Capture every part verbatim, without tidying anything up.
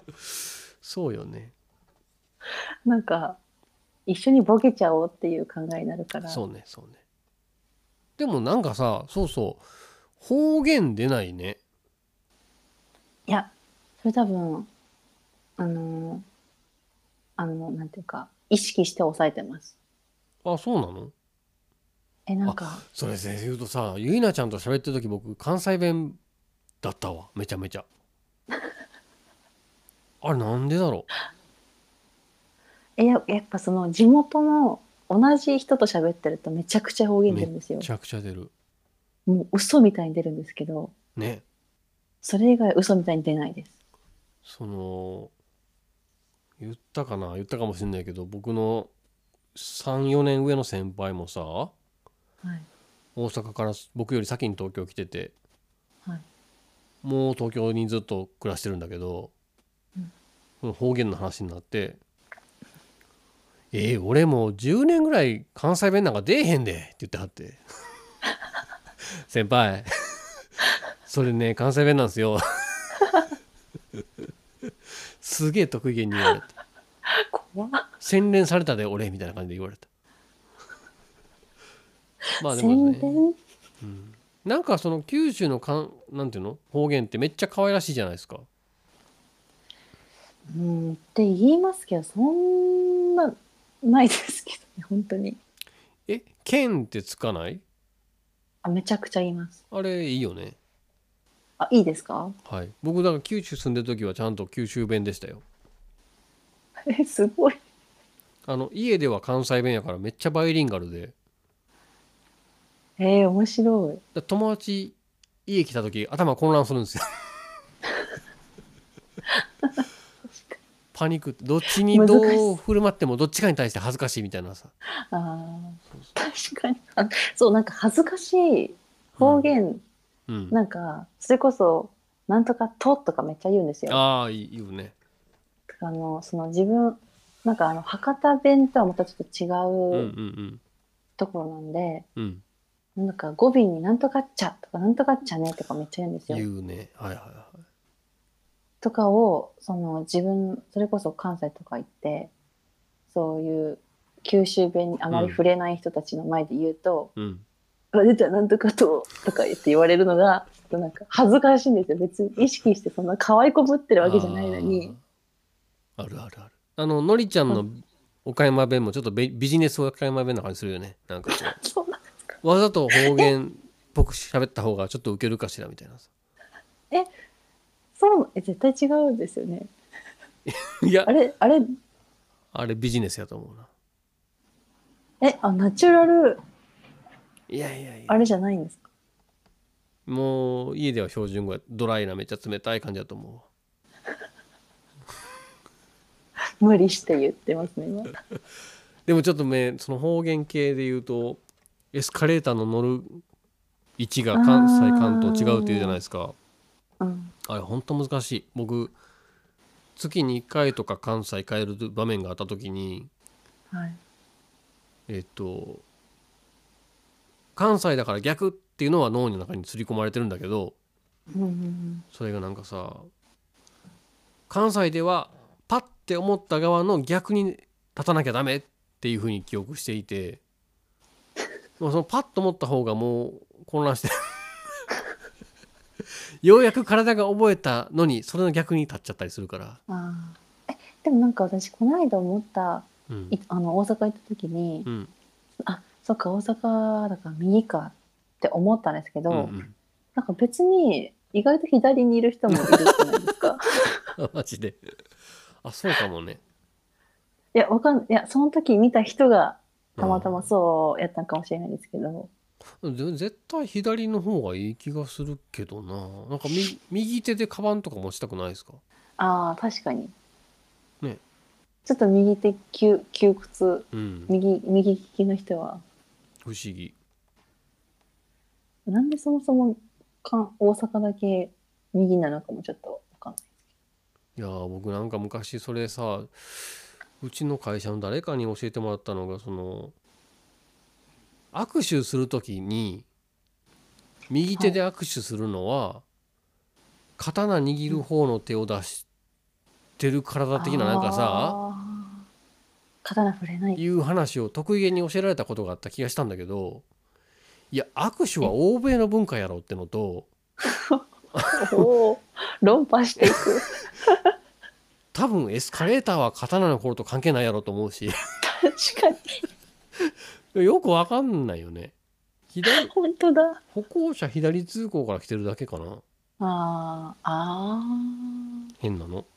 そうよね。 なんか一緒にボケちゃおうっていう考えになるから。 そうねそうね。でもなんかさ、そうそう、方言出ないね。 いや、それ多分、あのーあの、なんていうか、意識して抑えてます。 あ、そうなの？ え、なんあ、 か、 それで言うとさ、ゆいなちゃんと喋ってる時僕関西弁だったわ、めちゃめちゃ。あれなんでだろえ、や、やっぱその地元の同じ人と喋ってるとめちゃくちゃ方う。めっ言出るんですよ。 ちゃくちゃ出る。 もう嘘みたいに出るんですけど、 ね。 それ以外嘘みたいに出ないです。 その、言ったかな言ったかもしれないけど、僕のさん、よねん上の先輩もさ、 はい。 大阪から僕より先に東京来てて、 はい。 もう東京にずっと暮らしてるんだけど、この方言の話になって、えー、俺もうじゅうねんぐらい関西弁なんか出えへんでって言ってはって、先輩、それね、関西弁なんですよ。すげえ得意げに言われて。 怖っ。 洗練されたで俺みたいな感じで言われた。まあでもね、 宣伝。 なんかその九州のかんなんていうの方言ってめっちゃ可愛らしいじゃないですか。 うんって言いますけど、そんな、ないですけどね、本当に。 え、県ってつかない？ あ、めちゃくちゃ言います。 あれいいよね。 あ、いいですか？ はい。僕だから九州住んでる時はちゃんと九州弁でしたよ。 え、すごい。 あの家では関西弁やからめっちゃバイリンガルで、 えー、面白い。 だ友達家来た時頭混乱するんですよ。パニックってどっちに難どうしい。 振る舞ってもどっちかに対して恥ずかしいみたいなさ。 ああ、確かに。あ、そう、なんか恥ずかしいうん方言、 うんなんか、それこそ、なんとかととかめっちゃ言うんですよ。 ああいいよね。 あの、その自分、なんかあの、博多弁とはまたちょっと違うんううんところなんで、 うんうんなんか語尾になんとかっちゃとかなんとかっちゃねとかめっちゃ言うんですよ。 言うね。はいはいはとかを、その自分、それこそ関西とか行って、そういう九州弁にあい。うんまり触れない人たちの前で言うと、 うんあ、出た、なんとかと、とか言って言われるのが、ちょっとなんか恥ずかしいんですよ。別に意識してそんな可愛いこぶってるわけじゃないのに。 あああるあるある。あののりちゃんあ、 の岡山弁もちょっとビビジネス岡山弁な感じするよね。なんかこそうなんですか。 うわざと方え、 言っぽく喋った方がちょっとウケるかしらみたいなさ。 え、そう、え、絶対違うんですよね。 いやあれ、あれ、 あれビジネスやと思うな。 え、あ、ナチュラル、 いやいやいや、 あれじゃないんですか？ もう家では標準語やドライなめっちゃ冷たい感じだと思うわ。 無理して言ってますね、今。 でもちょっとねその方言系で言うとエスカレーターの乗る位置があ関西関東違うっていうじゃないー、 ですか。 うん。 あれほんと難しい。僕月にいっかいとか関西帰る場面があった時にはい。 えっと関西だから逆っていうのは脳の中に刷り込まれてるんだけど、 うんうんうん。 それがなんかさ、関西ではパッて思った側の逆に立たなきゃダメっていう風に記憶していて、もうそのパッと思った方がもう混乱してようやく体が覚えたのにそれの逆に立っちゃったりするから。 ああ。え、でもなんか私、この間思った、 うんい、あの、大阪行った時に、 うんあ、そっか、大阪だから右かって思ったんですけど、 うんなんか別に、意外と左にいる人もいるくないですか？ うんマジで。あ、そうかもね。 いや、わかん、いや、その時見た人がたまたまあそうやったのかもしれないですけど、 あでも絶対左の方がいい気がするけどな。なんかみ右手でカバンとか持ちたくないですか？ ああ、確かに。 ね。 ちょっと右手窮、窮屈、 うん右、右利きの人は、 不思議。 なんでそもそもか大阪だけ右なのかもちょっとわかんない。 いやー僕なんか昔それさ、うちの会社の誰かに教えてもらったのが、その握手する時に右はい。 手で握手するのは刀握うん。 る方の手を出しててる体的ななんかさあー刀触れない。 いう話を得意げに教えられたことがあった気がしたんだけど、いや握手はえ、 欧米の文化やろってのと、 おお、論破していく。 多分エスカレーターは刀の頃と関係ないやろと思うし確かに。 よくわかんないよね。左本当だ。 歩行者左通行から来てるだけかな、 ああ、あ変なの。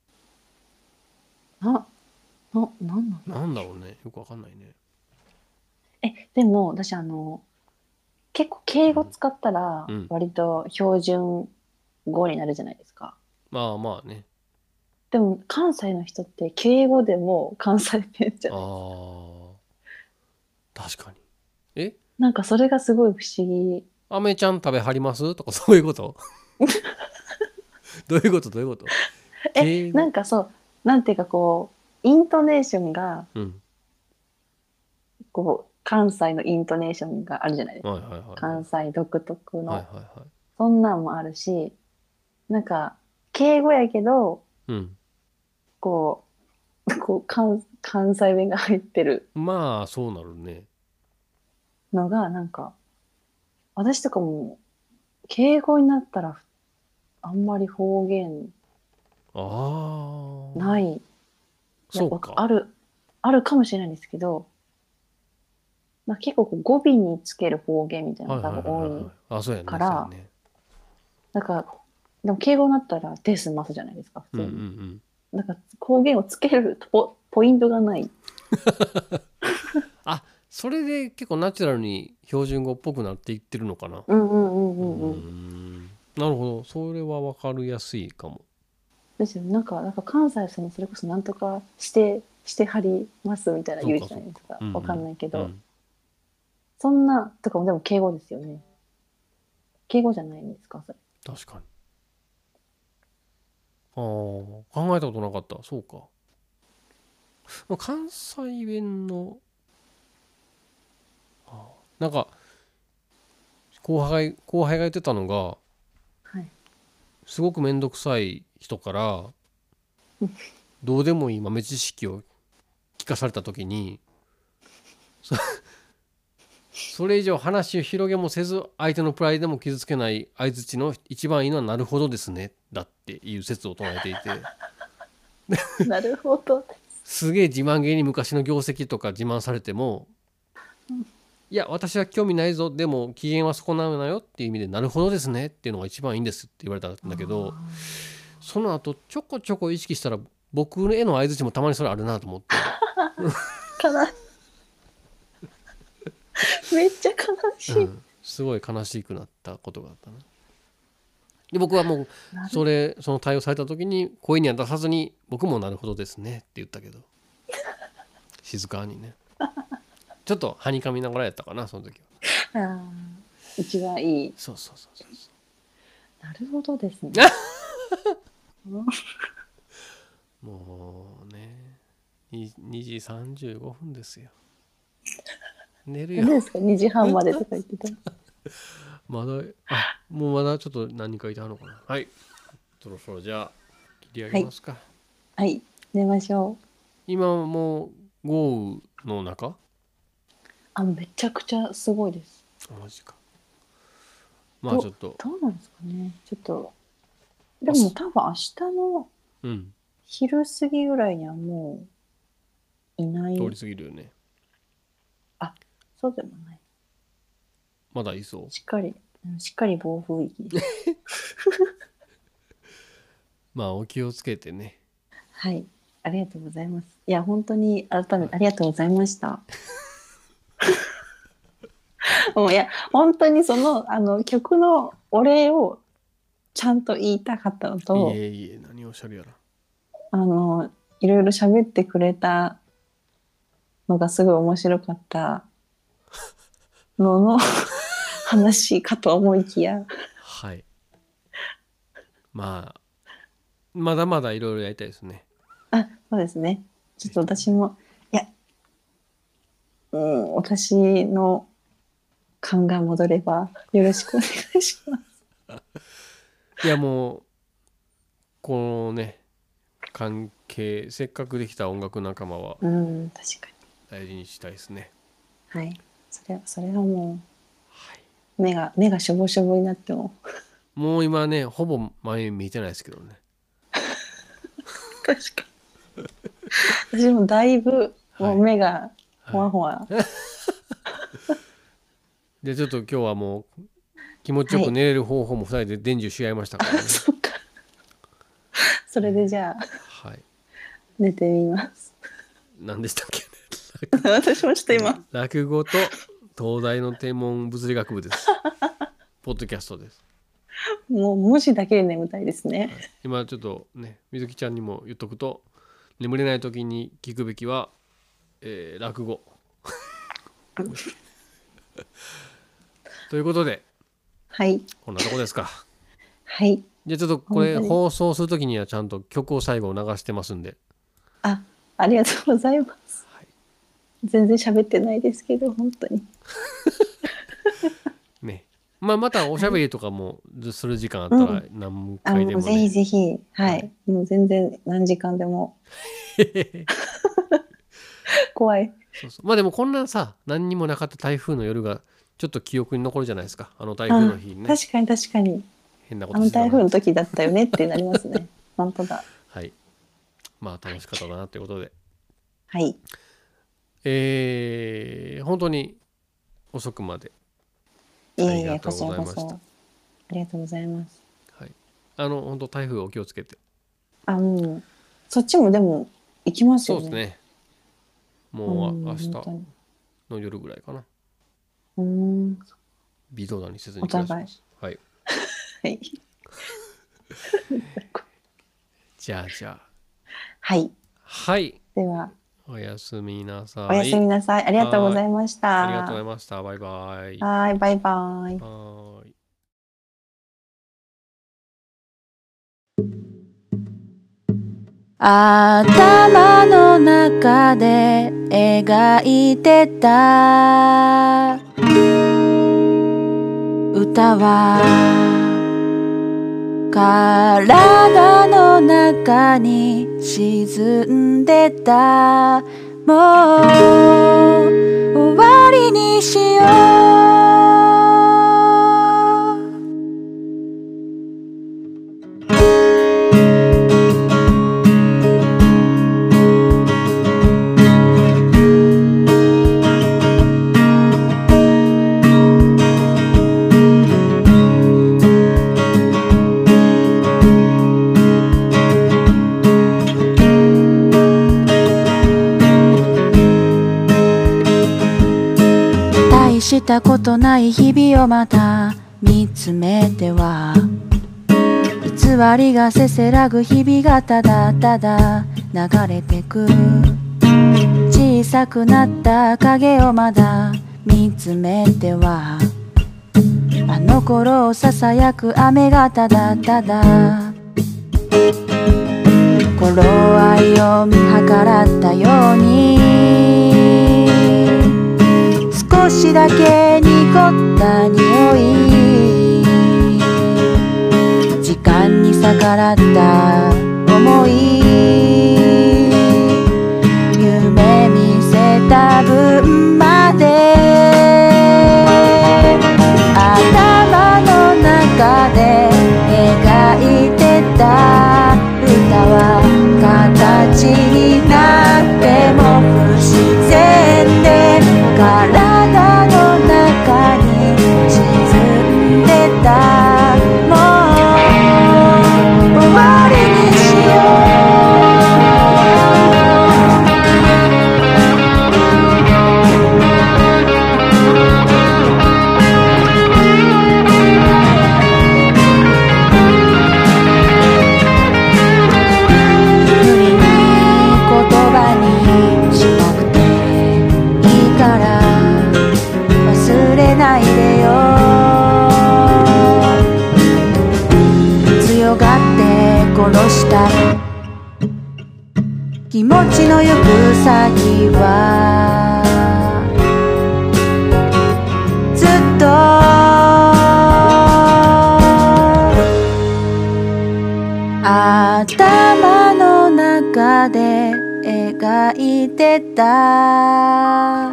あ、な、な、なんなんだ。 なんだろうね、よくわかんないね。 え、でも私あの、結構敬語使ったらうん、 割と標準語になるじゃないですか。 まあまあね。 でも関西の人って敬語でも関西弁じゃあない。 ー確かに。えなんかそれがすごい不思議。 アメちゃん食べはりますとかそういうことどういうことどういうこと。 え、 敬語。 なんかそう、なんていうかこう、イントネーションが、 うんこう、関西のイントネーションがあるじゃないですか。 はいはいはいはい関西独特はいの。 はいはい。 そんなんもあるし、なんか、敬語やけど、 うんこう、こう関、関西弁が入ってるまあそうなるね。 のが、なんか、私とかも、敬語になったら、あんまり方言ああない。いや、わかそうか。 ある、あるかもしれないんですけど、まあ、結構こう語尾につける方言みたいなはいはいのが多分多いはいはいはい。あそうやねそうやから、 ね。 なんか、でも敬語になったらデスマスじゃないですか、 うんうんう普通に。 ん。 なんか方言をつけるポ、ポイントがない。 あそれで結構ナチュラルに標準語っぽくなっていってるのかな。 うんうんうんうーうんうん。 んなるほど、それは分かりやすいかも。 ですよね。なんか、なんか関西さんもそれこそなんとかして、してはりますみたいな言うじゃそうかそうか。 ないですか。 うんわかんないけど。 うんうんそんな、とかもでも敬語ですよね。敬語じゃないんですか、それ。 確かに。ああ考えたことなかった。そうか。まあ関西弁のなんか後輩後輩が言ってたのが、 はい。 すごく面倒くさい人からどうでもいい豆知識を聞かされた時にそそれ以上話を広げもせず相手のプライドも傷つけない相槌の一番いいのはなるほどですねだっていう説を唱えていて、 なるほど。 すげえ自慢げに昔の業績とか自慢されても、いや私は興味ないぞでも機嫌は損なうなよっていう意味でなるほどですねっていうのが一番いいんですって言われたんだけど、その後ちょこちょこ意識したら僕への相槌もたまにそれあるなと思って、 かな。めっちゃ悲しい。 うん、すごい悲しくなったことがあったな。で僕はもうなるそれその対応された時に声には出さずに僕もなるほどですねって言ったけど、静かにね、ちょっとはにかみながらやったかなその時は。 あー一番いい。 そうそうそうそうそなるほどですね。うんうもうねににじさんじゅうごふんですよ。寝るよ。 何ですかにじはんまでとか言ってた。 まだあもうまだちょっと何かいてはるのかな。はい、そろそろじゃあ切り上げますか。 はい、寝ましょう。 今もう豪雨の中。 あ、めちゃくちゃすごいです。 マジか。まあちょっとどうなんですかね。ちょっと、でも多分明日のうん昼過ぎぐらいにはもういない。 通り過ぎるよね。 あ、そうでもない。 まだいそう。 しっかり、うんしっかり暴風域です。 まあお気をつけてね。 はい、ありがとうございます。いや、本当に改めはいてありがとうございました。もういや、本当にその、あの、曲のお礼をちゃんと言いたかったのいと、 えいえ何をおっしゃるやら。 あの、いろいろ喋ってくれたのがすごい面白かったのの話かと思いきや、 はい。まあまだまだいろいろやりたいですね。 あ、そうですね。ちょっと私も、いや、うん、私の考え戻ればよろしくお願いします。 いやもうこのね関係せっかくできた音楽仲間はうん確か大事にしたいですね。 に。はいそれはそれはもはい、 う目が目がしょぼしょぼになってももう今ねほぼ前見えてないですけどね。 確かに私もだいぶもう目がほわはほわ、 い、でちょっと今日はもう気持ちよく寝れる方法もふたりで伝授し合いましたからね。 そっかそれでじゃあはい、 寝てみます。 何でしたっけ私もちょっと今落語と東大の天文物理学部です。ポッドキャストです。 もう文字だけで眠たいですね、 はい、今ちょっとねみずきちゃんにも言っとくと、眠れない時に聞くべきは、えー、落語ということで、 はい、 こんなとこですか。 はい、 じゃあちょっとこれ放送する時にはちゃんと曲を最後流してますんで。 あ、ありがとうございます、はい、全然喋ってないですけど本当にね、まあまたおしゃべりとかもする時間あったら何回でも、ね、 うん、あもうぜひぜひ、はい、はい、もう全然何時間でも怖い。 そうそう、まあでもこんなさ何にもなかった台風の夜がちょっと記憶に残るじゃないですか。あの台風の日にね。 確かに確かに。 変なことあの台風の時だったよねってなりますね。本当だ。 はい。まあ楽しかったなということで。 はい。 えー、本当に遅くまでありがとうございました。ありがとうございます。 はい。あの本当台風お気をつけて。 あもうそっちもでも行きますよね。 そうですね。もう明日の夜ぐらいかな。 うん。 微動だにせずに暮らします。はい。 はい。 じゃあじゃあ。 はい。 はい。 では。 おやすみなさい。 おやすみなさい。ありがとうございました。 ありがとうございました。バイバイ。 はい、バイバイ。 はい。 頭の中で描いてた歌は体の中に沈んでた。もう終わりにしよしたことない日々をまた見つめては、偽りがせせらぐ日々がただただ流れてく。小さくなった影をまだ見つめては、あの頃をささやく雨がただただ頃合いを見計らったように、少しだけ濁った匂い、時間に逆らった想い、夢見せた分まで頭の中で描いてた歌は形になっても不自然で、体の中に沈んでた。もう終わりにしよ無理に言葉にしなくていいから忘れないでよ。強がって殺した気持ちの行く先はずっと頭の中中で描いてた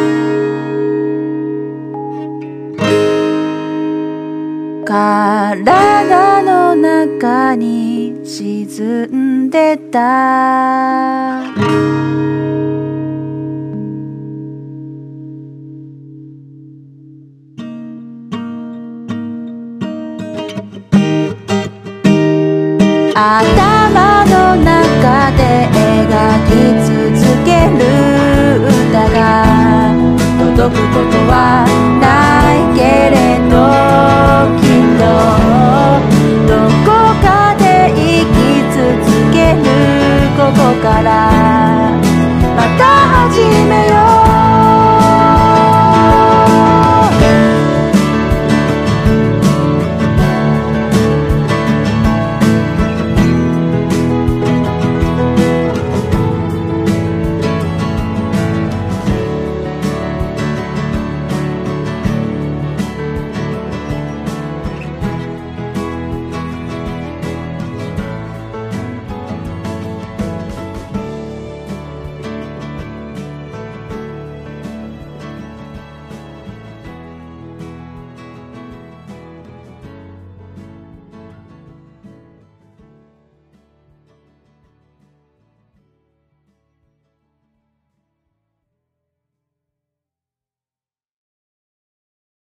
体の中に沈んでた頭の中で描き続ける歌が届くことはないけれどきっとどこかで生き続けるここから